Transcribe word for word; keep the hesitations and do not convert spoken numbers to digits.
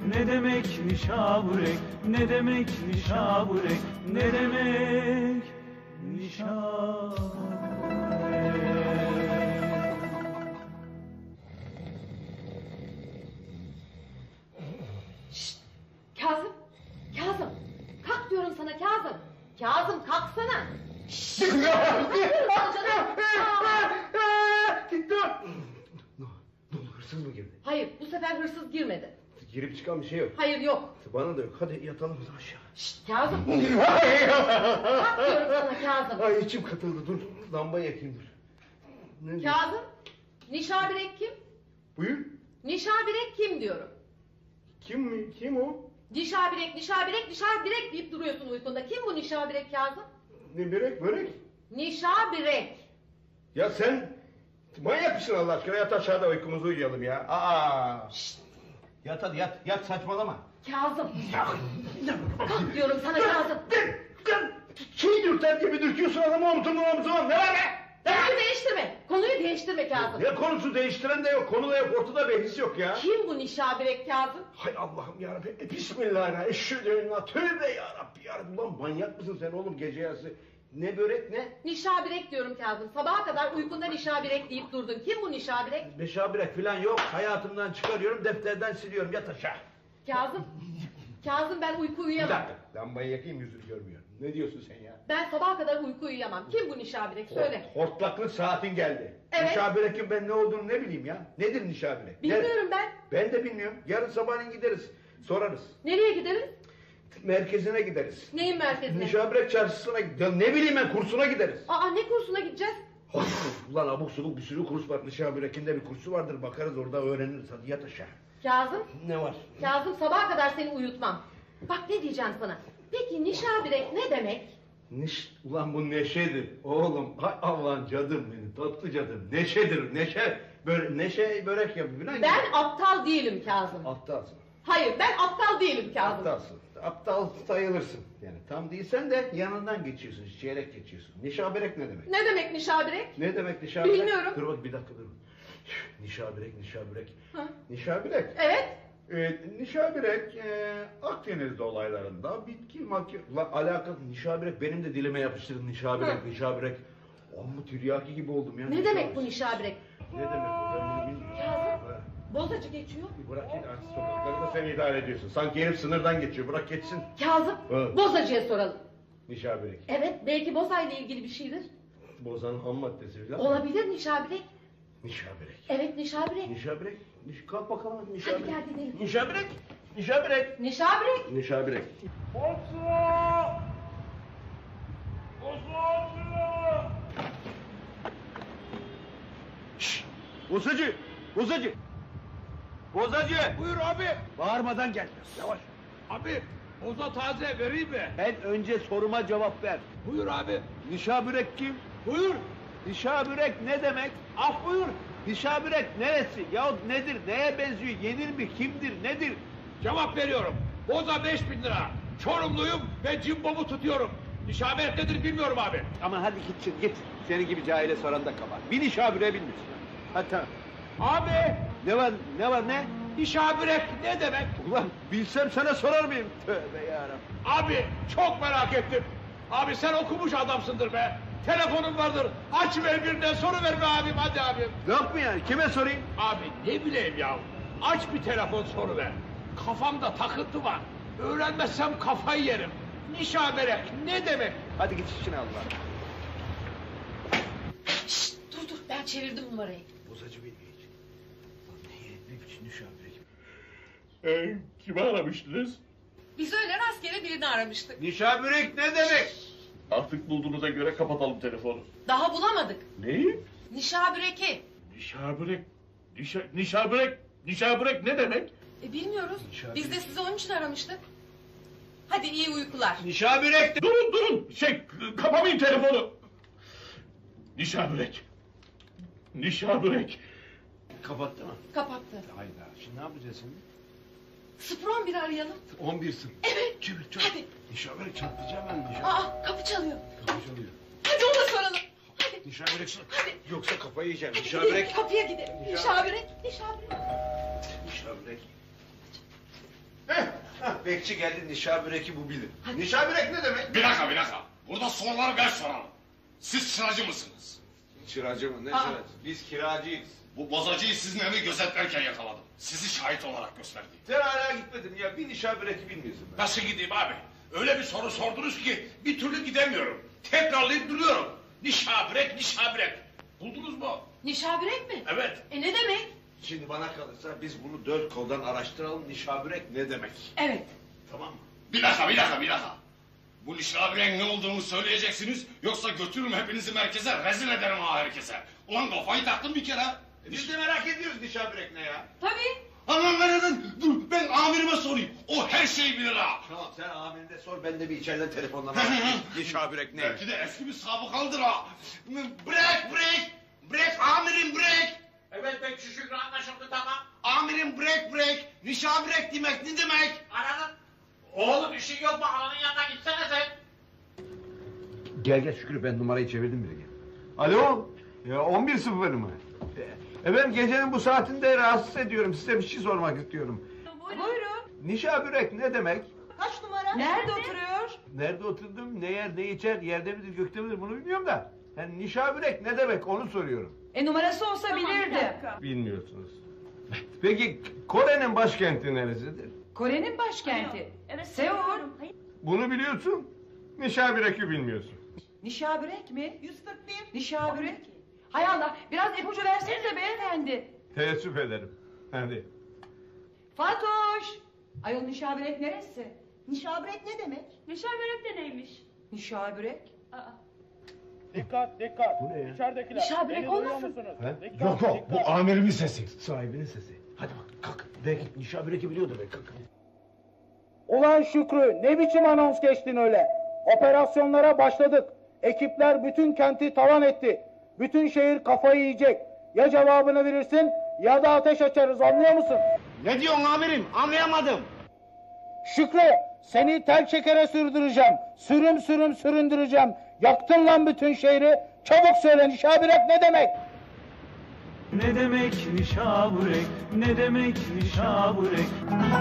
ne demek nişaburek, ne demek nişaburek, ne demek nişaburek. Şşt! Kazım! Kazım! Kalk diyorum sana Kazım! Kazım kalksana! Şşt! Kalkıyorum sana canım! Dur! Ne oldu, hırsız mı girdi? Hayır, bu sefer hırsız girmedi. Girip çıkan bir şey yok. Hayır, yok. Bana da yok. Hadi yatalım aşağı. Şşt Kazım! Kalk diyorum sana Kazım! Ay içim katıldı. Dur, lambayı yakayım dur. Ne diyor? Kazım! Nişabirek kim? Buyur. Nişabirek kim diyorum? Kim mi? Kim o? Nişabirek, nişabirek, nişabirek deyip duruyorsun uykunda. Kim bu nişabirek Kazım? Ne börek börek? Nişabirek. Ya sen manyak mısın Allah aşkına? Yat aşağıda uykumuzu uyuyalım ya. Aa. Şşt! Yat hadi yat. Yat saçmalama. Kazım! Kalk diyorum sana Kazım! Çiğ dürter gibi dürtüyorsun adamı omzundan omzuna. Ne var be? Konuyu değiştirme! Konuyu değiştirme Kazım! Ne konusu değiştiren de yok. Konu da yok. Ortada behis yok ya. Kim bu nişabirek Kazım? Hay Allah'ım yarabbim. E, Bismillahirrahmanirrahim. Eşhedü tövbe yarabbi yarabbi. Ulan manyak mısın sen oğlum gece yarısı? Ne börek ne? Nişabirek diyorum Kazım. Sabaha kadar uykunda nişabirek deyip durdun. Kim bu nişabirek? Meşabirek falan yok. Hayatımdan çıkarıyorum, defterden siliyorum. Yat aşağı. Kazım! Kazım ben uyku Bir uyuyamam. dakika. Lambayı yakayım yüzünü görmüyor. Ne diyorsun sen ya? Ben sabaha kadar uyku uyuyamam. Kim bu nişabirek? Söyle. Hortlaklık saatin geldi. Evet. Nişabirekin ben ne olduğunu ne bileyim ya. Nedir nişabirek? Bilmiyorum ben. Ben de bilmiyorum. Yarın sabahleyin gideriz. Sorarız. Nereye gideriz? Merkezine gideriz. Neyin merkezine? Nişabirek çarşısına gideriz. Ne bileyim ben kursuna gideriz. Aa ne kursuna gideceğiz? Of, ulan abuk subuk bir sürü kurs var. Nişabirek'in de bir kursu vardır. Bakarız orada öğreniriz. Hadi yat aşağı. Kazım. Ne var? Kazım sabaha kadar seni uyutmam. Bak ne diyeceğim sana. Peki nişabirek ne demek? Niş, ulan bu neşedir. Oğlum hay Allah'ın cadım benim. Tatlı cadım. Neşedir. Neşe. Böyle neşe börek yapıyor. Lan Ben aptal değilim Kazım. aptalsın. Hayır ben aptal değilim Kazım. Aptalsın. Aptal sayılırsın. Yani tam değilsen de yanından geçiyorsun. Çeyrek geçiyorsun. Nişabirek ne demek? Ne demek nişabirek? Ne demek nişabirek? Bilmiyorum. Dur bak bir dakika dur. Nişabirek, nişabirek. Ha? Nişabirek. Evet. Ee, nişabirek e, Akdeniz dolaylarında bitki makya... Ulan alakalı nişabirek benim de dilime yapıştırın nişabirek, Hı. nişabirek. Amma tiryaki gibi oldum ya. Ne demek bu nişabirek? Ne demek bu? Ben bunu bilmiyorum. Kazım. Ha. Bozacı geçiyor. Bırak git artık sokakları da sen idare ediyorsun. Sanki herif sınırdan geçiyor. Bırak geçsin. Kazım. Evet. Bozacıya soralım. Nişabirek. Evet belki bozayla ilgili bir şeydir. Bozanın ham maddesi falan. Olabilir nişabirek. Nişabirek. Evet nişabirek. Nişabirek. Niş kalk bakalım nişabirek. Hadi gel gidelim. Nişabirek. Nişabirek. Nişabirek. Nişabirek. Boza! Boza! Şşş! Bozacı! Bozacı! Bozacı! Buyur abi. Bağırmadan gel. Yavaş. Abi boza taze vereyim mi? Ben önce soruma cevap ver. Buyur abi. Nişabürek kim? Buyur. Nişabürek ne demek? Af buyur. Nişabürek neresi? Yahut nedir? Neye benziyor? Yenir mi? Kimdir? Nedir? Cevap veriyorum. Boza beş bin lira. Çorumluyum ve cimbomu tutuyorum. Nişabet nedir bilmiyorum abi. Aman hadi gitsin git. Senin gibi cahile soran da kabar. Bir nişabüre bilmişsin. Hadi tamam. Abi Ne var? Ne var ne? nişabirek ne demek? Ulan bilsem sana sorar mıyım? Tövbe yarabbim. Abi çok merak ettim. Abi sen okumuş adamsındır be. Telefonun vardır. Aç ver birinden soru ver be abim hadi abim. Yok mu yani? Kime sorayım? Abi ne bileyim ya. Aç bir telefon soru ver. Kafamda takıntı var. Öğrenmezsem kafayı yerim. Nişaberek ne demek? Hadi git işine Allah. Şşt dur dur ben çevirdim numarayı. Bozacı bilmiyor hiç. Lan neye? Ne biçim nişabürek? Ee, kimi aramıştınız? Biz öyle rastgele birini aramıştık. Nişabürek ne demek? Artık bulduğunuza göre kapatalım telefonu. Daha bulamadık. Neyi? Nişabüreki. Nişaberek. Nişa, nişaberek. Nişaberek ne demek? E bilmiyoruz. Nişabürek. Biz de sizi onun için aramıştık. Hadi iyi uykular. Nişabürek de... Durun durun. Şey kapamayın telefonu. Nişaberek. Nişaberek. Kapattı mı? Kapattı. Hayda. Şimdi ne yapacağız şimdi? sıfır on bir arayalım. on birsin. Evet. Çevir çevir. Hadi. Nişabürek çatlayacağım ben nişabürek. Aa kapı çalıyor. Kapı çalıyor. Hadi ona soralım. Hadi. Nişabürek Hadi. yoksa kafayı yiyeceğim. Hadi Nişabürek. gidelim kapıya gidelim. Nişabürek. Nişabürek. Nişabürek. Bekçi geldi, nişabüreki bu bilir. Nişabürek ne demek? Bir dakika bir dakika. Burada soruları ben sorarım. Siz çıracı mısınız? Çıracı mı? Ne Aa. çıracı? Biz kiracıyız. Bu bozacıyı sizin evi gözetlerken yakaladım. Sizi şahit olarak gösterdi. Sen hala gitmedin ya, bir nişabüreki bilmiyorsun. Ben. Nasıl gideyim abi? Öyle bir soru sordunuz ki bir türlü gidemiyorum. Tekrarlayıp duruyorum. Nişabrek, nişabrek. Buldunuz mu? Nişabürek mi? Evet. E ne demek? Şimdi bana kalırsa biz bunu dört koldan araştıralım, nişabürek ne demek? Evet. Tamam mı? Bir dakika, bir dakika, bir dakika. Bu nişabreğin ne olduğunu söyleyeceksiniz, yoksa götürürüm hepinizi merkeze, rezil ederim ha herkese. Ulan kafayı taktım bir kere. E biz de merak ediyoruz nişabürek ne ya? Tabii. Aman nereden? Dur, ben amirime sorayım. O her şeyi bilir ha. Tamam, sen amirine sor, ben de bir içeriden telefonla bakayım. Nişabürek ne? Belki de eski bir sabıkalıdır ha. Break, break. Break, amirim break. Evet Bekçi Şükrü anlaşıldı tamam. Amirim break, break. Nişabrek demek ne demek? Ananın. Oğlum işin yok mu? Ananın yanına gitsene sen. Gel gel Şükrü, ben numarayı çevirdim bile. Gel. Alo, ya on bir sıfır mı? E, Efendim gecenin bu saatinde rahatsız ediyorum, size bir şey sormak istiyorum. Buyurun. Nişabürek ne demek? Kaç numara? Nerede oturuyor? Nerede oturdum, ne yer, ne içer, yerde midir, gökte midir bunu bilmiyorum da. Yani nişabürek ne demek onu soruyorum. E numarası olsa bilirdi. Bilmiyorsunuz. Peki Kore'nin başkenti neresidir? Kore'nin başkenti. Evet. Seul. Bunu biliyorsun, nişabürek'i bilmiyorsun. Nişabürek mi? yüz kırk bir. Nişabürek. Hay Allah, biraz ipucu versenize beyefendi. Teessüf ederim. Hadi. Fatoş. Ayol nişabürek neresi? Nişabürek ne demek? Nişabürek de neymiş? Nişabürek. Aa. Dikkat dikkat. Bu ne ya? İçeridekiler. Nişabrek Beni duyuyor olmasın? musunuz? He? Dikkat, Yok yok, dikkat. bu amirimin sesi. Sahibinin sesi. Hadi bak, kalk. Belki nişabüreki biliyordur belki. Kalk. Ulan Şükrü ne biçim anons geçtin öyle? Operasyonlara başladık. Ekipler bütün kenti talan etti. Bütün şehir kafayı yiyecek. Ya cevabını verirsin ya da ateş açarız, anlıyor musun? Ne diyorsun amirim? Anlayamadım. Şükrü seni tel şekere sürdüreceğim. Sürüm sürüm süründüreceğim. Yaktın lan bütün şehri. Çabuk söyle, nişabürek ne demek? Ne demek nişabürek, ne demek nişabürek?